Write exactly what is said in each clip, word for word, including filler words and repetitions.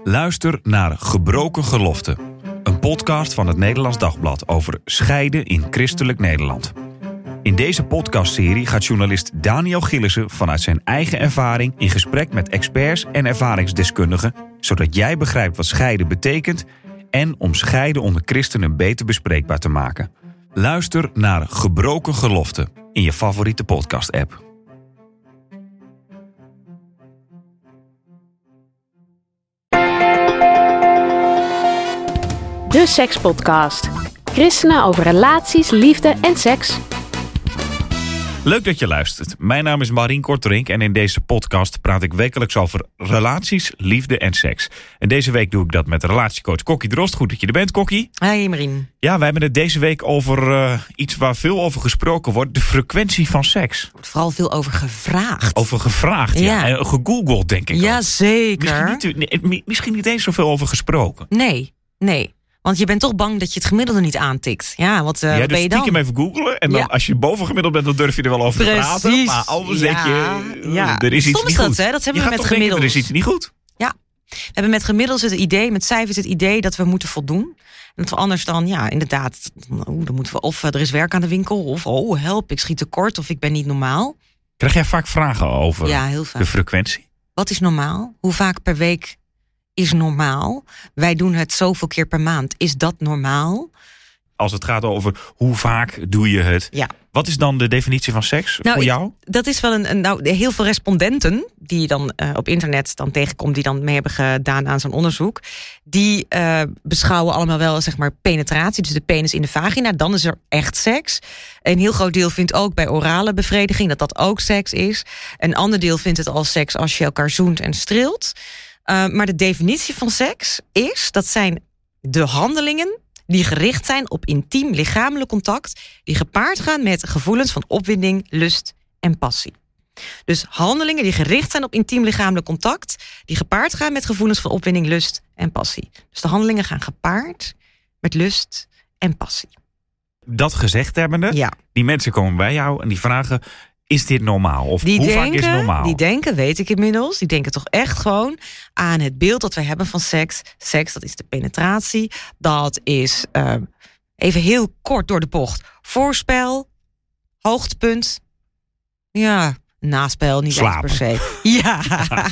Luister naar Gebroken Geloften. Een podcast van het Nederlands Dagblad over scheiden in christelijk Nederland. In deze podcastserie gaat journalist Daniel Gillissen vanuit zijn eigen ervaring in gesprek met experts en ervaringsdeskundigen, zodat jij begrijpt wat scheiden betekent en om scheiden onder christenen beter bespreekbaar te maken. Luister naar Gebroken Geloften in je favoriete podcast-app. De Sekspodcast. Christenen over relaties, liefde en seks. Leuk dat je luistert. Mijn naam is Marien Korterink en in deze podcast praat ik wekelijks over relaties, liefde en seks. En deze week doe ik dat met relatiecoach Kokkie Drost. Goed dat je er bent, Kokkie. Hi Marien. Ja, wij hebben het deze week over uh, iets waar veel over gesproken wordt. De frequentie van seks. Er wordt vooral veel over gevraagd. Over gevraagd, ja. ja. En gegoogeld, denk ik. Ja, zeker. Misschien niet, nee, misschien niet eens zoveel over gesproken. Nee, nee. Want je bent toch bang dat je het gemiddelde niet aantikt. Ja, wat uh, ja, dus ben je dan? stiekem even googelen. En dan ja. als je bovengemiddeld bent, dan durf je er wel over Precies. te praten. Maar anders ja. denk je, ja. er is iets Soms niet dat, goed. Hè? Dat hebben je we gaat met toch denken, gemiddeld. er is iets niet goed. Ja. We hebben met gemiddeld het idee, met cijfers het idee dat we moeten voldoen. En dat we anders dan, ja, inderdaad, oh, dan moeten we of er is werk aan de winkel, of oh, help, ik schiet tekort, of ik ben niet normaal. Krijg jij vaak vragen over ja, heel vaak. de frequentie? Wat is normaal? Hoe vaak per week is normaal? Wij doen het zoveel keer per maand. Is dat normaal? Als het gaat over hoe vaak doe je het. Ja. Wat is dan de definitie van seks nou, voor jou? Ik, dat is wel een, een. Nou, heel veel respondenten die je dan uh, op internet dan tegenkomt, die dan mee hebben gedaan aan zo'n onderzoek, die uh, beschouwen allemaal wel, zeg maar, penetratie, dus de penis in de vagina. Dan is er echt seks. Een heel groot deel vindt ook bij orale bevrediging dat dat ook seks is. Een ander deel vindt het al seks als je elkaar zoent en streelt. Uh, maar de definitie van seks is, dat zijn de handelingen die gericht zijn op intiem lichamelijk contact, die gepaard gaan met gevoelens van opwinding, lust en passie. Dus handelingen die gericht zijn op intiem lichamelijk contact, die gepaard gaan met gevoelens van opwinding, lust en passie. Dus de handelingen gaan gepaard met lust en passie. Dat gezegd hebbende, ja. Die mensen komen bij jou en die vragen, is dit normaal? Of die hoe denken, vaak is normaal? Die denken, weet ik inmiddels, die denken toch echt gewoon aan het beeld dat we hebben van seks. Seks, dat is de penetratie. Dat is, uh, even heel kort door de bocht, voorspel, hoogtepunt, ja, naspel, niet echt per se. Ja,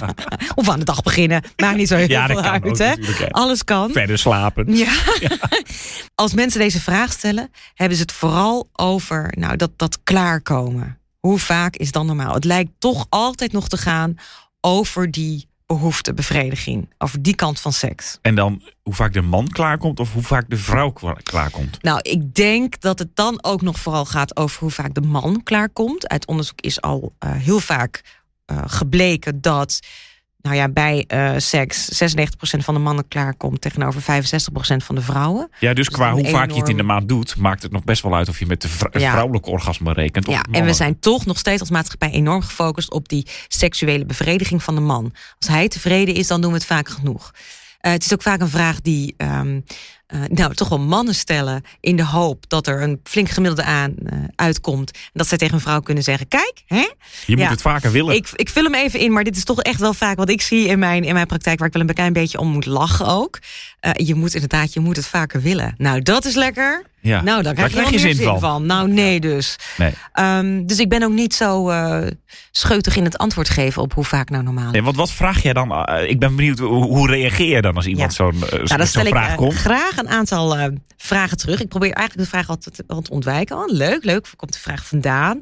of aan de dag beginnen, maakt niet zo heel ja, veel uit. Ook, hè? Alles kan. Verder slapen. Ja. ja. Als mensen deze vraag stellen, hebben ze het vooral over nou, dat, dat klaarkomen. Hoe vaak is dan normaal? Het lijkt toch altijd nog te gaan over die behoeftebevrediging. Over die kant van seks. En dan hoe vaak de man klaarkomt of hoe vaak de vrouw klaarkomt? Nou, ik denk dat het dan ook nog vooral gaat over hoe vaak de man klaarkomt. Uit onderzoek is al uh, heel vaak uh, gebleken dat nou ja, bij uh, seks zesennegentig procent van de mannen klaarkomt tegenover vijfenzestig procent van de vrouwen. Ja, dus, dus qua hoe enorm... vaak je het in de maand doet, maakt het nog best wel uit of je met de vrou- ja. vrouwelijke orgasme rekent. Of ja, en we zijn toch nog steeds als maatschappij enorm gefocust op die seksuele bevrediging van de man. Als hij tevreden is, dan doen we het vaak genoeg. Uh, het is ook vaak een vraag die um, uh, nou, toch wel mannen stellen in de hoop dat er een flink gemiddelde aan uh, uitkomt. En dat zij tegen een vrouw kunnen zeggen, kijk, hè? Je moet ja, het vaker willen. Ik, ik vul hem even in, maar dit is toch echt wel vaak wat ik zie in mijn, in mijn praktijk, waar ik wel een klein beetje om moet lachen ook. Uh, je moet inderdaad, je moet het vaker willen. Nou, dat is lekker. Ja. Nou, daar krijg, krijg je, je zin, zin van. van. Nou, nee dus. Nee. Um, dus ik ben ook niet zo uh, scheutig in het antwoord geven op hoe vaak nou normaal is. Nee, want wat vraag jij dan? Uh, ik ben benieuwd, hoe, hoe reageer je dan als iemand ja. zo'n, uh, nou, dan stel zo'n vraag ik, uh, komt? graag een aantal uh, vragen terug. Ik probeer eigenlijk de vraag altijd te ontwijken. Oh, leuk, leuk. Waar komt de vraag vandaan?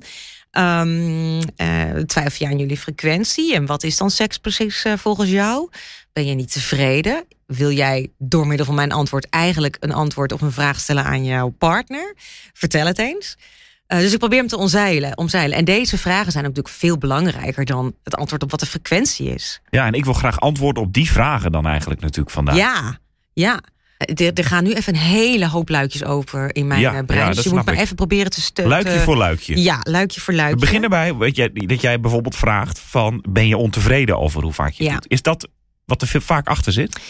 Um, uh, twijfel je aan jullie frequentie? En wat is dan seks precies uh, volgens jou? Ben je niet tevreden? Wil jij door middel van mijn antwoord eigenlijk een antwoord of een vraag stellen aan jouw partner? Vertel het eens. Uh, dus ik probeer hem te omzeilen, omzeilen. En deze vragen zijn natuurlijk veel belangrijker dan het antwoord op wat de frequentie is. Ja, en ik wil graag antwoorden op die vragen dan eigenlijk natuurlijk vandaag. Ja, ja. Er, er gaan nu even een hele hoop luikjes over in mijn ja, brein. Ja, dus je moet maar ik. even proberen te steunen. Luikje voor luikje. Ja, luikje voor luikje. We beginnen bij weet jij, dat jij bijvoorbeeld vraagt van, ben je ontevreden over hoe vaak je ja. doet? Is dat wat er veel, vaak achter zit?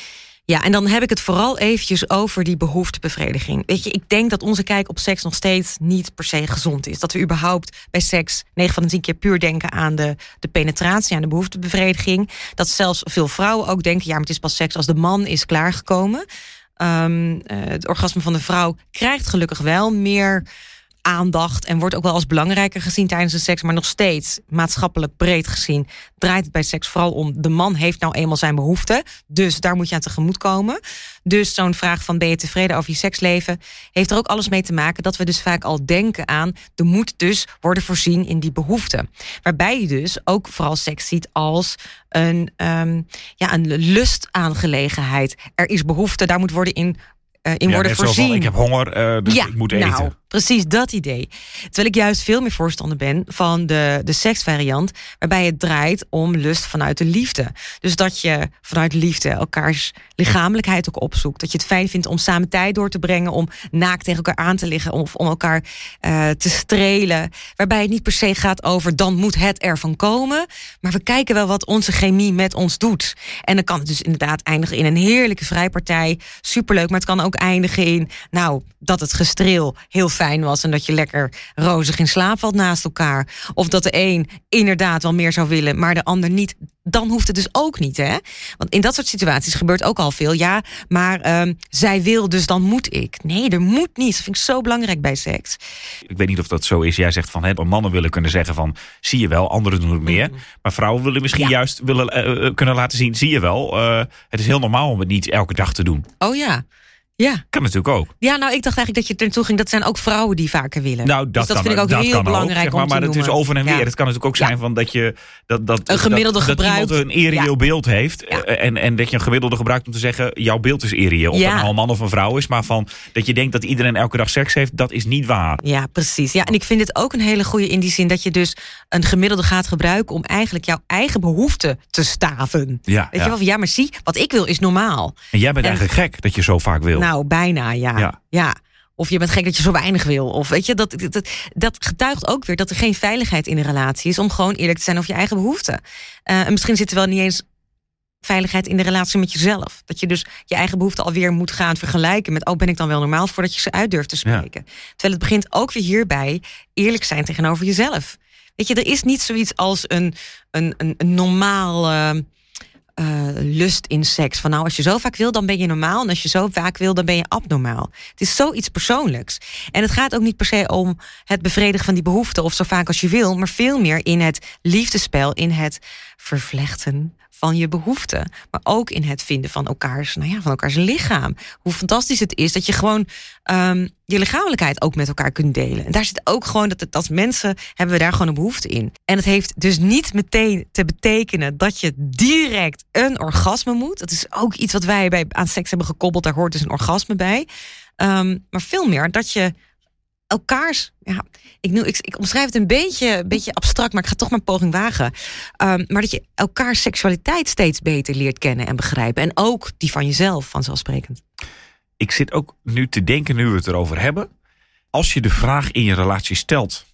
Ja, en dan heb ik het vooral eventjes over die behoeftebevrediging. Weet je, ik denk dat onze kijk op seks nog steeds niet per se gezond is. Dat we überhaupt bij seks negen van de tien keer puur denken aan de, de penetratie, aan de behoeftebevrediging. Dat zelfs veel vrouwen ook denken, ja, maar het is pas seks als de man is klaargekomen. Um, uh, het orgasme van de vrouw krijgt gelukkig wel meer aandacht en wordt ook wel als belangrijker gezien tijdens de seks, maar nog steeds maatschappelijk breed gezien draait het bij seks vooral om de man heeft nou eenmaal zijn behoeften, dus daar moet je aan tegemoet komen. Dus zo'n vraag van ben je tevreden over je seksleven heeft er ook alles mee te maken dat we dus vaak al denken aan er moet dus worden voorzien in die behoeften. Waarbij je dus ook vooral seks ziet als een, um, ja, een lustaangelegenheid. Er is behoefte, daar moet worden in Uh, in ja, worden voorzien. Van, ik heb honger, uh, dus ja, ik moet eten. Nou, precies dat idee. Terwijl ik juist veel meer voorstander ben van de, de seksvariant, waarbij het draait om lust vanuit de liefde. Dus dat je vanuit liefde elkaars lichamelijkheid ook opzoekt. Dat je het fijn vindt om samen tijd door te brengen, om naakt tegen elkaar aan te liggen, of om elkaar uh, te strelen. Waarbij het niet per se gaat over dan moet het ervan komen. Maar we kijken wel wat onze chemie met ons doet. En dan kan het dus inderdaad eindigen in een heerlijke vrijpartij. Superleuk, maar het kan ook eindigen in, nou, dat het gestreel heel fijn was en dat je lekker rozig in slaap valt naast elkaar. Of dat de een inderdaad wel meer zou willen, maar de ander niet. Dan hoeft het dus ook niet, hè? Want in dat soort situaties gebeurt ook al veel. Ja, maar um, zij wil, dus dan moet ik. Nee, er moet niet. Dat vind ik zo belangrijk bij seks. Ik weet niet of dat zo is. Jij zegt van, hè, mannen willen kunnen zeggen van, zie je wel, anderen doen het meer. Mm. Maar vrouwen willen misschien ja. juist willen uh, kunnen laten zien, zie je wel, uh, het is heel normaal om het niet elke dag te doen. Oh ja. Ja. Kan natuurlijk ook. Ja, nou, ik dacht eigenlijk dat je er naartoe ging. Dat zijn ook vrouwen die vaker willen. Nou, dat, dus dat kan, vind ik ook dat heel kan belangrijk ook, zeg maar, om te maar het noemen. is over en weer. Ja. Het kan natuurlijk ook zijn ja. van dat je dat, dat, een gemiddelde dat, gebruikt. Dat iemand een irreëel ja. beeld heeft. Ja. En, en dat je een gemiddelde gebruikt om te zeggen, jouw beeld is irreëel. Of ja. dat nou een man of een vrouw is. Maar van dat je denkt dat iedereen elke dag seks heeft, dat is niet waar. Ja, precies. Ja, en ik vind het ook een hele goede in die zin dat je dus een gemiddelde gaat gebruiken om eigenlijk jouw eigen behoeften te staven. Ja, Weet ja. je wel, ja, maar zie, wat ik wil is normaal. En jij bent en, eigenlijk gek dat je zo vaak wil. Nou, bijna, ja. ja. ja. Of je bent gek dat je zo weinig wil. Of weet je, dat, dat, dat getuigt ook weer dat er geen veiligheid in een relatie is om gewoon eerlijk te zijn over je eigen behoeften. Uh, en misschien zit er wel niet eens veiligheid in de relatie met jezelf. Dat je dus je eigen behoeften alweer moet gaan vergelijken met, oh, ben ik dan wel normaal, voordat je ze uit durft te spreken. Ja. Terwijl het begint ook weer hierbij eerlijk zijn tegenover jezelf. Weet je, er is niet zoiets als een, een, een, een normaal Uh, Uh, lust in seks. Van nou, als je zo vaak wil, dan ben je normaal. En als je zo vaak wil, dan ben je abnormaal. Het is zoiets persoonlijks. En het gaat ook niet per se om het bevredigen van die behoeften of zo vaak als je wil, maar veel meer in het liefdespel, in het vervlechten van je behoeften. Maar ook in het vinden van elkaars, nou ja, van elkaars lichaam. Hoe fantastisch het is dat je gewoon um, je lichamelijkheid ook met elkaar kunt delen. En daar zit ook gewoon, dat het, als mensen hebben we daar gewoon een behoefte in. En het heeft dus niet meteen te betekenen dat je direct een orgasme moet. Dat is ook iets wat wij bij, aan seks hebben gekoppeld. Daar hoort dus een orgasme bij. Um, maar veel meer dat je elkaars, ja, ik, noem, ik, ik omschrijf het een beetje, een beetje abstract, maar ik ga toch maar een poging wagen. Um, maar dat je elkaars seksualiteit steeds beter leert kennen en begrijpen. En ook die van jezelf, vanzelfsprekend. Ik zit ook nu te denken, nu we het erover hebben. Als je de vraag in je relatie stelt,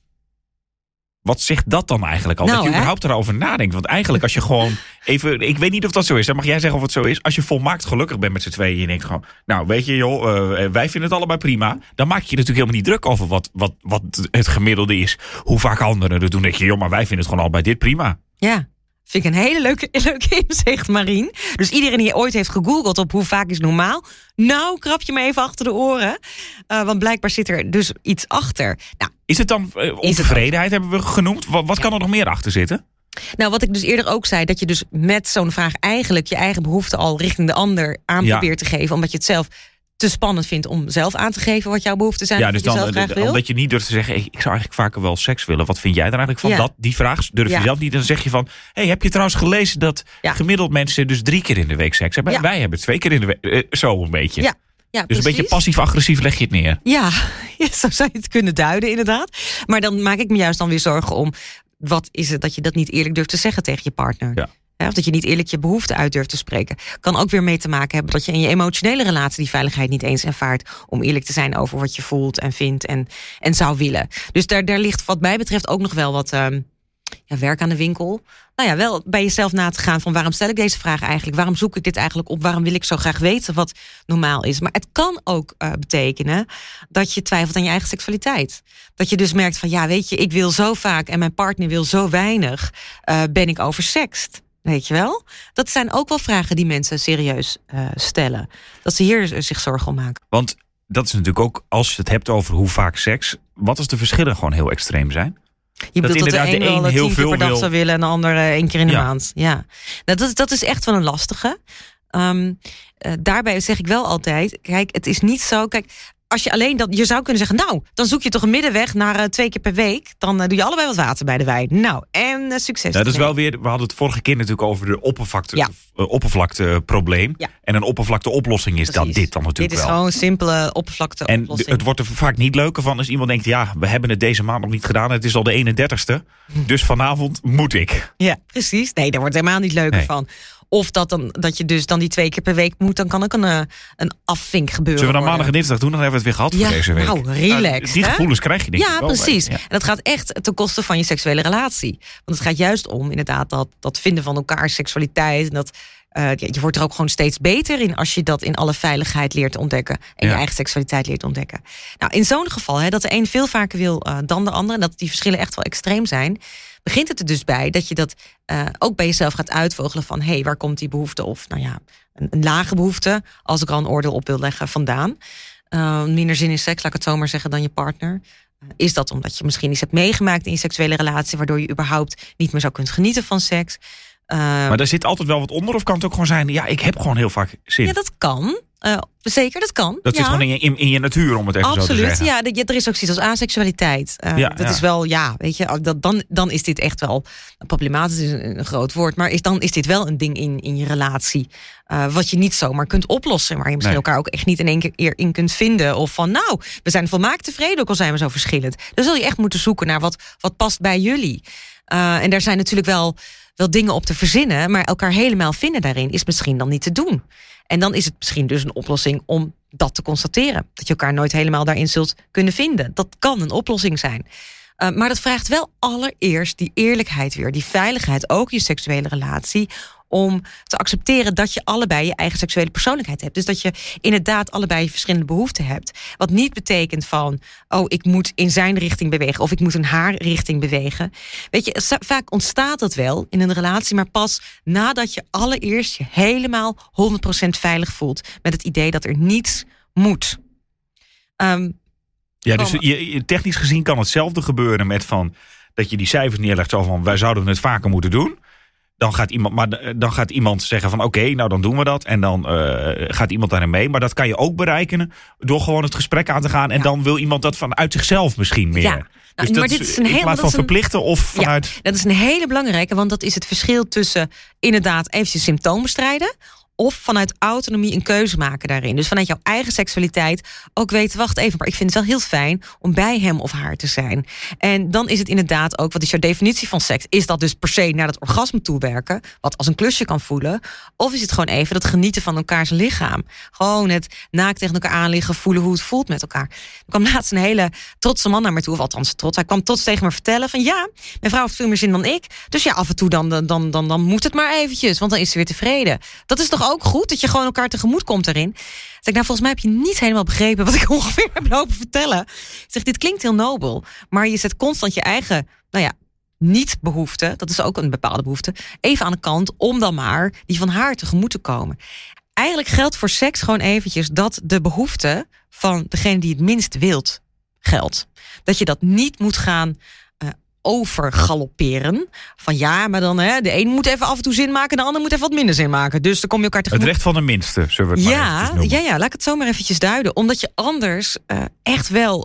wat zegt dat dan eigenlijk al? Nou, dat je hè? überhaupt erover nadenkt. Want eigenlijk als je gewoon even, ik weet niet of dat zo is. Dan mag jij zeggen of het zo is. Als je volmaakt gelukkig bent met z'n tweeën. En je denkt gewoon, nou weet je joh, uh, wij vinden het allebei prima. Dan maak je je natuurlijk helemaal niet druk over wat, wat, wat het gemiddelde is. Hoe vaak anderen dat doen. Dan denk je, joh, maar wij vinden het gewoon allebei dit prima. Ja. Vind ik een hele leuke, leuke inzicht, Marien. Dus iedereen die ooit heeft gegoogeld op hoe vaak is normaal, nou, krap je me even achter de oren. Uh, want blijkbaar zit er dus iets achter. Nou, is het dan uh, ontevredenheid, hebben we genoemd? Wat, wat kan er nog meer achter zitten? Nou, wat ik dus eerder ook zei, dat je dus met zo'n vraag eigenlijk je eigen behoefte al richting de ander aan ja. probeert te geven, omdat je het zelf te spannend vindt om zelf aan te geven wat jouw behoeften zijn. Ja, dus dan, je zelf graag wil. Omdat je niet durft te zeggen, ik zou eigenlijk vaker wel seks willen. Wat vind jij daar eigenlijk van? Ja. Dat, die vraag durf je ja. zelf niet. Dan zeg je van, hey, heb je trouwens gelezen dat ja. gemiddeld mensen dus drie keer in de week seks hebben? Ja. Wij hebben twee keer in de week. Uh, zo een beetje. Ja. Ja, dus precies. een beetje passief-agressief leg je het neer. Ja, ja, zo zou je het kunnen duiden inderdaad. Maar dan maak ik me juist dan weer zorgen om, wat is het dat je dat niet eerlijk durft te zeggen tegen je partner? Ja. Ja, of dat je niet eerlijk je behoeften uit durft te spreken. Kan ook weer mee te maken hebben dat je in je emotionele relatie die veiligheid niet eens ervaart om eerlijk te zijn over wat je voelt en vindt en, en zou willen. Dus daar, daar ligt wat mij betreft ook nog wel wat, um, ja, werk aan de winkel. Nou ja, wel bij jezelf na te gaan van waarom stel ik deze vraag eigenlijk? Waarom zoek ik dit eigenlijk op? Waarom wil ik zo graag weten wat normaal is? Maar het kan ook uh, betekenen dat je twijfelt aan je eigen seksualiteit. Dat je dus merkt van ja, weet je, ik wil zo vaak en mijn partner wil zo weinig. Uh, ben ik oversext? Weet je wel? Dat zijn ook wel vragen die mensen serieus uh, stellen. Dat ze hier zich zorgen om maken. Want dat is natuurlijk ook, als je het hebt over hoe vaak seks, wat als de verschillen gewoon heel extreem zijn? Je bedoelt dat, dat de een wel heel tien keer per dag wil... zou willen en de ander uh, één keer in de ja. maand. Ja, nou, dat, dat is echt wel een lastige. Um, uh, daarbij zeg ik wel altijd, kijk, het is niet zo. Kijk, als je alleen dat, je zou kunnen zeggen, nou, dan zoek je toch een middenweg naar uh, twee keer per week. Dan uh, doe je allebei wat water bij de wijn. Nou, en uh, succes. Ja, dat is wel weer, we hadden het vorige keer natuurlijk over de oppervlakte, ja. uh, oppervlakteprobleem. Ja. En een oppervlakteoplossing is dat dit dan natuurlijk wel. Dit is wel. gewoon een simpele oppervlakteoplossing. En het wordt er vaak niet leuker van als iemand denkt, ja, we hebben het deze maand nog niet gedaan. Het is al de eenendertigste. Hm. Dus vanavond moet ik. Ja, precies. Nee, daar wordt helemaal niet leuker nee. van. Of dat, dan, dat je dus dan die twee keer per week moet, dan kan ook een, een afvink gebeuren. Zullen we dan worden. maandag en dinsdag doen? Dan hebben we het weer gehad ja, voor deze week. Nou, relaxed. Nou, die gevoelens hè? krijg je denk ik ja, wel. Precies. Ja. En dat gaat echt ten koste van je seksuele relatie. Want het gaat juist om inderdaad dat, dat vinden van elkaar seksualiteit. En dat, uh, je wordt er ook gewoon steeds beter in als je dat in alle veiligheid leert ontdekken. En ja. je eigen seksualiteit leert ontdekken. Nou, in zo'n geval, hè, dat de een veel vaker wil uh, dan de ander. En dat die verschillen echt wel extreem zijn. Begint het er dus bij dat je dat uh, ook bij jezelf gaat uitvogelen van hé, hey, waar komt die behoefte of nou ja, een, een lage behoefte, als ik al een oordeel op wil leggen, vandaan. Uh, minder zin in seks, laat ik het zo maar zeggen, dan je partner. Uh, is dat omdat je misschien iets hebt meegemaakt in je seksuele relatie, waardoor je überhaupt niet meer zou kunnen genieten van seks? Uh, maar daar zit altijd wel wat onder, of kan het ook gewoon zijn, ja, ik heb gewoon heel vaak zin. Ja, dat kan. Uh, zeker, dat kan. Dat zit ja. gewoon in je, in, in je natuur, om het even Absoluut, zo te zeggen. Absoluut, ja. Er is ook zoiets als aseksualiteit. Uh, ja, dat ja. is wel, ja, weet je, dat, dan, dan is dit echt wel problematisch, is een, een groot woord. Maar is, dan is dit wel een ding in, in je relatie. Uh, wat je niet zomaar kunt oplossen. Waar je misschien nee. elkaar ook echt niet in één keer in kunt vinden. Of van, nou, we zijn volmaakt tevreden, ook al zijn we zo verschillend. Dan zul je echt moeten zoeken naar wat, wat past bij jullie. Uh, en daar zijn natuurlijk wel, wel dingen op te verzinnen. Maar elkaar helemaal vinden daarin is misschien dan niet te doen. En dan is het misschien dus een oplossing om dat te constateren. Dat je elkaar nooit helemaal daarin zult kunnen vinden. Dat kan een oplossing zijn. Uh, maar dat vraagt wel allereerst die eerlijkheid weer. Die veiligheid, ook je seksuele relatie. Om te accepteren dat je allebei je eigen seksuele persoonlijkheid hebt. Dus dat je inderdaad allebei verschillende behoeften hebt. Wat niet betekent van, oh, ik moet in zijn richting bewegen. Of ik moet in haar richting bewegen. Weet je, vaak ontstaat dat wel in een relatie. Maar pas nadat je allereerst je helemaal honderd procent veilig voelt. Met het idee dat er niets moet. Um, ja, dus je, technisch gezien kan hetzelfde gebeuren met van dat je die cijfers neerlegt. Zo van, wij zouden het vaker moeten doen. Dan gaat iemand, maar dan gaat iemand zeggen van oké, okay, nou dan doen we dat. En dan uh, gaat iemand daarin mee. Maar dat kan je ook bereiken door gewoon het gesprek aan te gaan. En ja. dan wil iemand dat vanuit zichzelf misschien meer. Ja. Nou, dus dat maar dit is een in heel, plaats van een, verplichten of vanuit... Ja, dat is een hele belangrijke, want dat is het verschil tussen inderdaad eventjes symptoom bestrijden of vanuit autonomie een keuze maken daarin. Dus vanuit jouw eigen seksualiteit ook weten, wacht even, maar ik vind het wel heel fijn om bij hem of haar te zijn. En dan is het inderdaad ook, wat is jouw definitie van seks? Is dat dus per se naar dat orgasme toewerken, wat als een klusje kan voelen? Of is het gewoon even dat genieten van elkaars lichaam? Gewoon het naakt tegen elkaar aanliggen, voelen hoe het voelt met elkaar. Er kwam laatst een hele trotse man naar me toe, of althans trots. Hij kwam trots tegen me vertellen van ja, mijn vrouw heeft veel meer zin dan ik. Dus ja, af en toe dan, dan, dan, dan, dan moet het maar eventjes, want dan is ze weer tevreden. Dat is toch ook goed, dat je gewoon elkaar tegemoet komt erin. Zeg ik, nou, volgens mij heb je niet helemaal begrepen wat ik ongeveer heb lopen vertellen. Ik zeg, dit klinkt heel nobel, maar je zet constant je eigen, nou ja, niet-behoefte, dat is ook een bepaalde behoefte, even aan de kant om dan maar die van haar tegemoet te komen. Eigenlijk geldt voor seks gewoon eventjes dat de behoefte van degene die het minst wilt geldt. Dat je dat niet moet gaan uh, overgalopperen. Van ja, maar dan hè, de een moet even af en toe zin maken, de ander moet even wat minder zin maken. Dus dan kom je elkaar tegemoet. Het recht van de minste, zullen we het ja, maar eventjes noemen. Ja, ja, laat ik het zo maar eventjes duiden. Omdat je anders uh, echt wel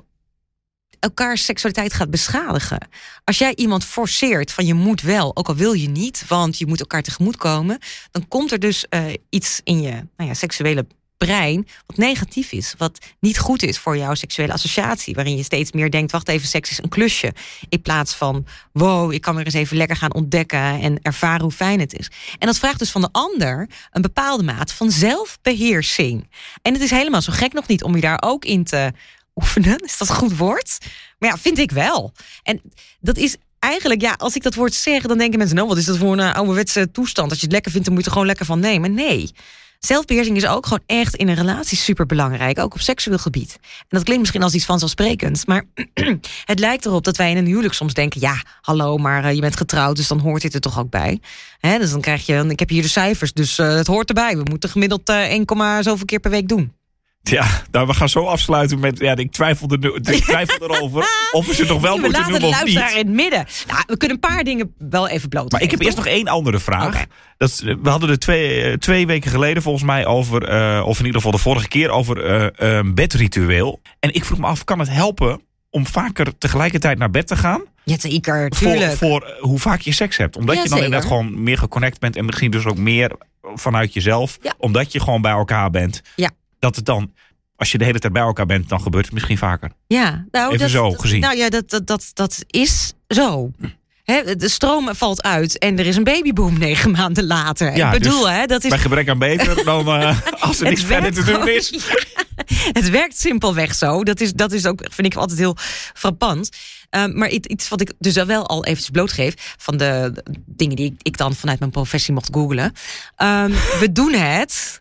elkaars seksualiteit gaat beschadigen. Als jij iemand forceert van je moet wel, ook al wil je niet, want je moet elkaar tegemoet komen, dan komt er dus uh, iets in je nou ja, seksuele brein wat negatief is, wat niet goed is voor jouw seksuele associatie, waarin je steeds meer denkt, wacht even, seks is een klusje, in plaats van, wow, ik kan weer eens even lekker gaan ontdekken en ervaren hoe fijn het is. En dat vraagt dus van de ander een bepaalde mate van zelfbeheersing. En het is helemaal zo gek nog niet om je daar ook in te oefenen. Is dat een goed woord? Maar ja, vind ik wel. En dat is eigenlijk, ja, als ik dat woord zeg, dan denken mensen, nou, wat is dat voor een uh, ouderwetse toestand? Als je het lekker vindt, dan moet je er gewoon lekker van nemen. Nee. Zelfbeheersing is ook gewoon echt in een relatie superbelangrijk, ook op seksueel gebied. En dat klinkt misschien als iets vanzelfsprekends, maar het lijkt erop dat wij in een huwelijk soms denken, ja, hallo, maar uh, je bent getrouwd, dus dan hoort dit er toch ook bij. Hè, dus dan krijg je, ik heb hier de cijfers, dus uh, het hoort erbij. We moeten gemiddeld uh, één, zoveel keer per week doen. Ja, nou, we gaan zo afsluiten met... Ja, ik twijfel, er, ik twijfel erover of we ze nog wel we moeten noemen of niet. We laten de luisteraar in het midden. Nou, we kunnen een paar dingen wel even bloot. Maar ik heb toch? eerst nog één andere vraag. Okay. Dat is, we hadden er twee, twee weken geleden volgens mij over... Uh, of in ieder geval de vorige keer over uh, een bedritueel. En ik vroeg me af, kan het helpen om vaker tegelijkertijd naar bed te gaan? Ja, zeker, tuurlijk. Voor, voor uh, hoe vaak je seks hebt. Omdat ja, je dan zeker. inderdaad gewoon meer geconnect bent. En misschien dus ook meer vanuit jezelf. Ja. Omdat je gewoon bij elkaar bent. Ja. Dat het dan... Als je de hele tijd bij elkaar bent, dan gebeurt het misschien vaker. Ja, nou, Even dat, zo gezien. Nou ja, dat, dat, dat, dat is zo. He, de stroom valt uit en er is een babyboom negen maanden later. Ja, ik bedoel, dus hè, dat is... bij gebrek aan beter dan uh, als er niks verder te doen is. Ja, het werkt simpelweg zo. Dat is, dat is ook, vind ik altijd heel frappant. Um, maar iets wat ik dus wel al eventjes blootgeef... van de, de dingen die ik, ik dan vanuit mijn professie mocht googlen. Um, we doen het...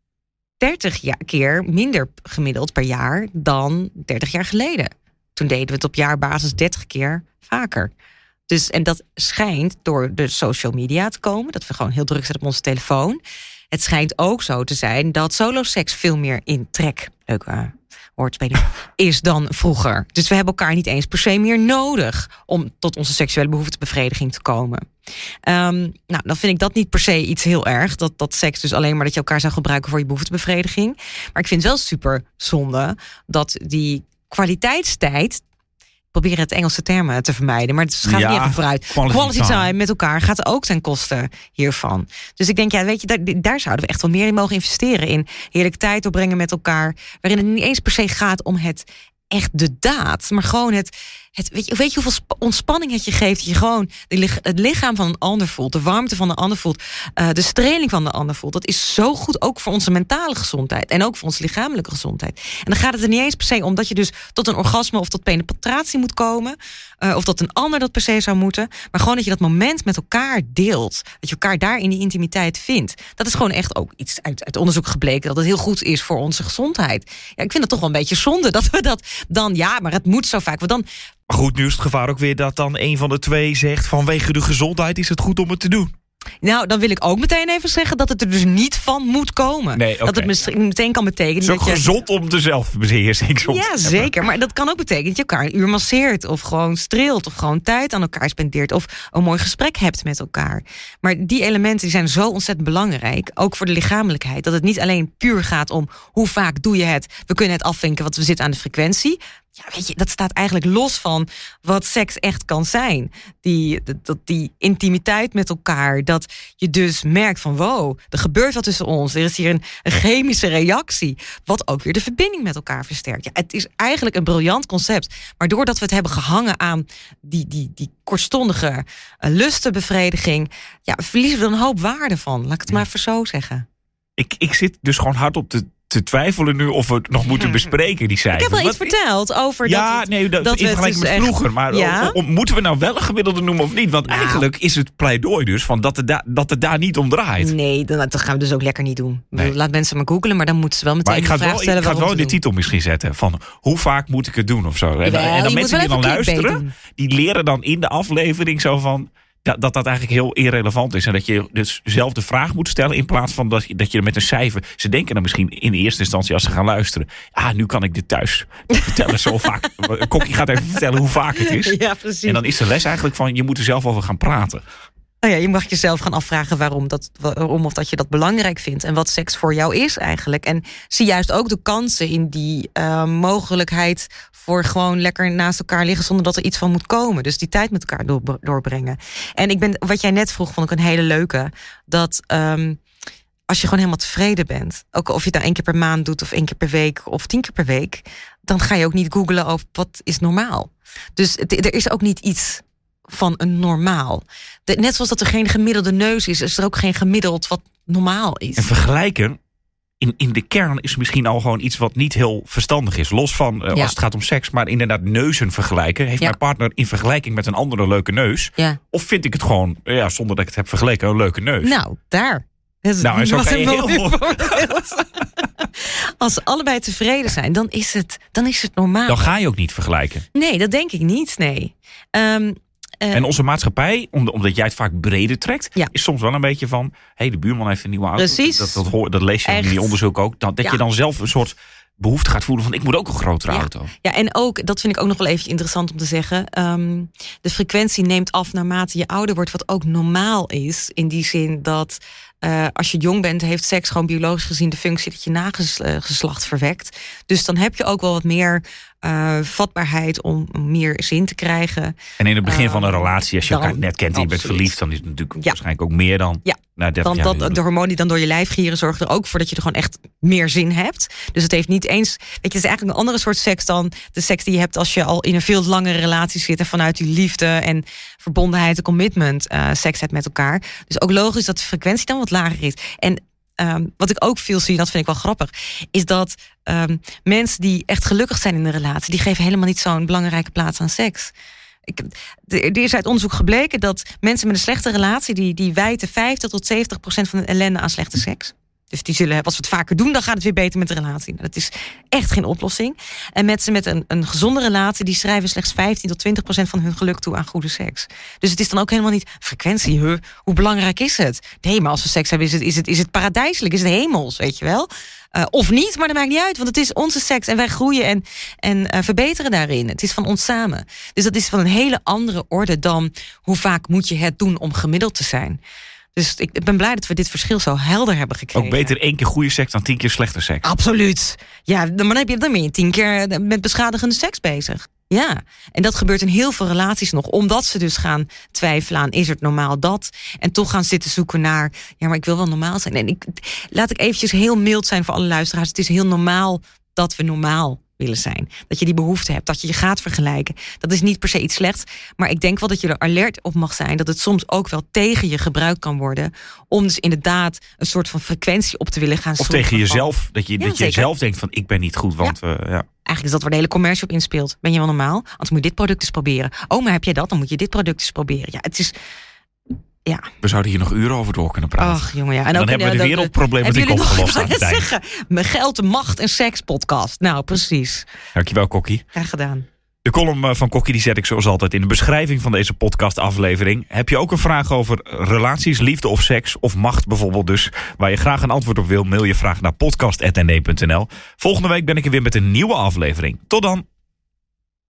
dertig keer minder gemiddeld per jaar dan dertig jaar geleden. Toen deden we het op jaarbasis dertig keer vaker. Dus, en dat schijnt door de social media te komen. Dat we gewoon heel druk zijn op onze telefoon. Het schijnt ook zo te zijn dat soloseks veel meer in trek... Leuke uh, woordspeling, is dan vroeger. Dus we hebben elkaar niet eens per se meer nodig... om tot onze seksuele behoeftebevrediging te komen. Um, nou, dan vind ik dat niet per se iets heel erg. Dat, dat seks dus alleen maar dat je elkaar zou gebruiken voor je behoeftebevrediging. Maar ik vind het wel super zonde dat die kwaliteitstijd... proberen het Engelse termen te vermijden, maar het gaat ja, niet even vooruit. Quality, quality time. time met elkaar gaat ook ten koste hiervan. Dus ik denk, ja, weet je, daar, daar zouden we echt wel meer in mogen investeren. In heerlijk tijd doorbrengen met elkaar. Waarin het niet eens per se gaat om het echt de daad, maar gewoon het... Het, weet, je, weet je hoeveel ontspanning het je geeft? Dat je gewoon de, het lichaam van een ander voelt. De warmte van de ander voelt. Uh, de streling van de ander voelt. Dat is zo goed ook voor onze mentale gezondheid. En ook voor onze lichamelijke gezondheid. En dan gaat het er niet eens per se om dat je dus tot een orgasme of tot penetratie moet komen. Uh, of dat een ander dat per se zou moeten. Maar gewoon dat je dat moment met elkaar deelt. Dat je elkaar daar in die intimiteit vindt. Dat is gewoon echt ook iets uit, uit onderzoek gebleken. Dat het heel goed is voor onze gezondheid. Ja, ik vind het toch wel een beetje zonde dat we dat dan... Ja, maar het moet zo vaak. Want dan... Maar goed, nu is het gevaar ook weer dat dan een van de twee zegt... vanwege de gezondheid is het goed om het te doen. Nou, dan wil ik ook meteen even zeggen dat het er dus niet van moet komen. Nee, okay. Dat het misschien meteen kan betekenen... Het is ook dat je... gezond om de zelfbeheersing soms Ja, te zeker. Maar dat kan ook betekenen dat je elkaar een uur masseert... of gewoon streelt, of gewoon tijd aan elkaar spendeert... of een mooi gesprek hebt met elkaar. Maar die elementen die zijn zo ontzettend belangrijk... ook voor de lichamelijkheid. Dat het niet alleen puur gaat om hoe vaak doe je het. We kunnen het afvinken, want we zitten aan de frequentie... Ja, weet je, dat staat eigenlijk los van wat seks echt kan zijn. Die, dat, die intimiteit met elkaar. Dat je dus merkt van wow, er gebeurt wat tussen ons. Er is hier een, een chemische reactie. Wat ook weer de verbinding met elkaar versterkt. Ja, het is eigenlijk een briljant concept. Maar doordat we het hebben gehangen aan die, die, die kortstondige uh, lustenbevrediging... Ja, verliezen we er een hoop waarde van. Laat ik het maar even zo zeggen. Ik, ik zit dus gewoon hard op de... te twijfelen nu of we het nog moeten bespreken, die cijfers. Ik heb wel Wat, iets verteld over ja, dat... nee, dat, dat in vergelijking dus met vroeger. Maar ja? o, o, moeten we nou wel een gemiddelde noemen of niet? Want nou, eigenlijk is het pleidooi dus van dat het, da, dat het daar niet om draait. Nee, dan, dat gaan we dus ook lekker niet doen. Nee. Laat mensen maar googlen, maar dan moeten ze wel meteen maar ik ga de vraag wel, stellen. Ik ga wel in de doen. titel misschien zetten van hoe vaak moet ik het doen of zo. En, Jawel, en dan mensen die dan luisteren, doen. die leren dan in de aflevering zo van... Dat, dat dat eigenlijk heel irrelevant is. En dat je dus zelf de vraag moet stellen... in plaats van dat je, dat je er met een cijfer... Ze denken dan misschien in eerste instantie als ze gaan luisteren... Ah, nu kan ik dit thuis vertellen zo vaak. Kokkie gaat even vertellen hoe vaak het is. Ja, precies. En dan is de les eigenlijk van... je moet er zelf over gaan praten. Nou ja, je mag jezelf gaan afvragen waarom, dat, waarom of dat je dat belangrijk vindt. En wat seks voor jou is eigenlijk. En zie juist ook de kansen in die uh, mogelijkheid... voor gewoon lekker naast elkaar liggen zonder dat er iets van moet komen. Dus die tijd met elkaar door, doorbrengen. En ik ben, wat jij net vroeg, vond ik een hele leuke. Dat um, als je gewoon helemaal tevreden bent... ook of je het nou één keer per maand doet... of één keer per week of tien keer per week... dan ga je ook niet googlen over wat is normaal. Dus het, er is ook niet iets... van een normaal. De, net zoals dat er geen gemiddelde neus is... is er ook geen gemiddeld wat normaal is. En vergelijken in, in de kern is misschien al gewoon iets wat niet heel verstandig is. Los van uh, ja. als het gaat om seks, maar inderdaad neuzen vergelijken. Heeft ja. mijn partner in vergelijking met een andere leuke neus? Ja. Of vind ik het gewoon, ja, zonder dat ik het heb vergeleken, een leuke neus? Nou, daar. Dat nou, en zo kan je heel veel... Als ze allebei tevreden zijn, dan is het, dan is het normaal. Dan ga je ook niet vergelijken. Nee, dat denk ik niet, nee. Um, Uh, en onze maatschappij, omdat jij het vaak breder trekt, ja. is soms wel een beetje van, hé, hey, de buurman heeft een nieuwe auto. Precies. Dat, dat, dat, dat lees je Echt. in die onderzoek ook. Dat, dat ja. je dan zelf een soort behoefte gaat voelen van, ik moet ook een grotere ja. auto. Ja, en ook, dat vind ik ook nog wel even interessant om te zeggen. Um, de frequentie neemt af naarmate je ouder wordt, wat ook normaal is. In die zin dat uh, als je jong bent, heeft seks gewoon biologisch gezien de functie dat je nageslacht verwekt. Dus dan heb je ook wel wat meer Uh, vatbaarheid om meer zin te krijgen. En in het begin uh, van een relatie, als je dan, elkaar net kent en je bent verliefd, dan is het natuurlijk ja. waarschijnlijk ook meer dan. Ja, na dan dat, de hormonen die dan door je lijf gieren zorgen er ook voor dat je er gewoon echt meer zin hebt. Dus het heeft niet eens, weet je, het is eigenlijk een andere soort seks dan de seks die je hebt als je al in een veel langere relatie zit en vanuit die liefde en verbondenheid en commitment uh, seks hebt met elkaar. Dus ook logisch dat de frequentie dan wat lager is. En Um, wat ik ook veel zie, dat vind ik wel grappig, is dat um, mensen die echt gelukkig zijn in een relatie, die geven helemaal niet zo'n belangrijke plaats aan seks. Ik, er is uit onderzoek gebleken dat mensen met een slechte relatie, die, die wijten vijftig tot zeventig procent van de ellende aan slechte seks. Dus die zullen, als we het vaker doen, dan gaat het weer beter met de relatie. Nou, dat is echt geen oplossing. En mensen met een, een gezonde relatie, die schrijven slechts vijftien tot twintig procent van hun geluk toe aan goede seks. Dus het is dan ook helemaal niet frequentie. Huh? Hoe belangrijk is het? Nee, maar als we seks hebben, is het, is het, is het paradijselijk, is het hemels, weet je wel? Uh, of niet, maar dat maakt niet uit, want het is onze seks en wij groeien en, en uh, verbeteren daarin. Het is van ons samen. Dus dat is van een hele andere orde dan hoe vaak moet je het doen om gemiddeld te zijn. Dus ik ben blij dat we dit verschil zo helder hebben gekregen. Ook beter één keer goede seks dan tien keer slechte seks. Absoluut. Ja, dan, heb je, dan ben je tien keer met beschadigende seks bezig. Ja, en dat gebeurt in heel veel relaties nog. Omdat ze dus gaan twijfelen aan, is het normaal dat? En toch gaan zitten zoeken naar, ja, maar ik wil wel normaal zijn. En ik, laat ik eventjes heel mild zijn voor alle luisteraars. Het is heel normaal dat we normaal willen zijn. Dat je die behoefte hebt, dat je je gaat vergelijken. Dat is niet per se iets slechts. Maar ik denk wel dat je er alert op mag zijn, dat het soms ook wel tegen je gebruikt kan worden. Om dus inderdaad een soort van frequentie op te willen gaan. Of tegen jezelf. Dat je, ja, dat je zelf denkt van, ik ben niet goed, want ja. Uh, ja. Eigenlijk is dat waar de hele commercie op inspeelt. Ben je wel normaal? Anders moet je dit product eens proberen. Oh, maar heb jij dat? Dan moet je dit product eens proberen. Ja, het is... Ja. We zouden hier nog uren over door kunnen praten. Ach, jongen, ja. En dan ook, hebben we de wereldproblematiek opgelost aan het eind. Zeggen, mijn geld, macht en seks podcast. Nou, precies. Dankjewel, Kokkie. Graag gedaan. De column van Kokkie die zet ik zoals altijd in de beschrijving van deze podcastaflevering. Heb je ook een vraag over relaties, liefde of seks, of macht bijvoorbeeld dus, waar je graag een antwoord op wil, mail je vraag naar podcast punt n e punt n l. Volgende week ben ik er weer met een nieuwe aflevering. Tot dan!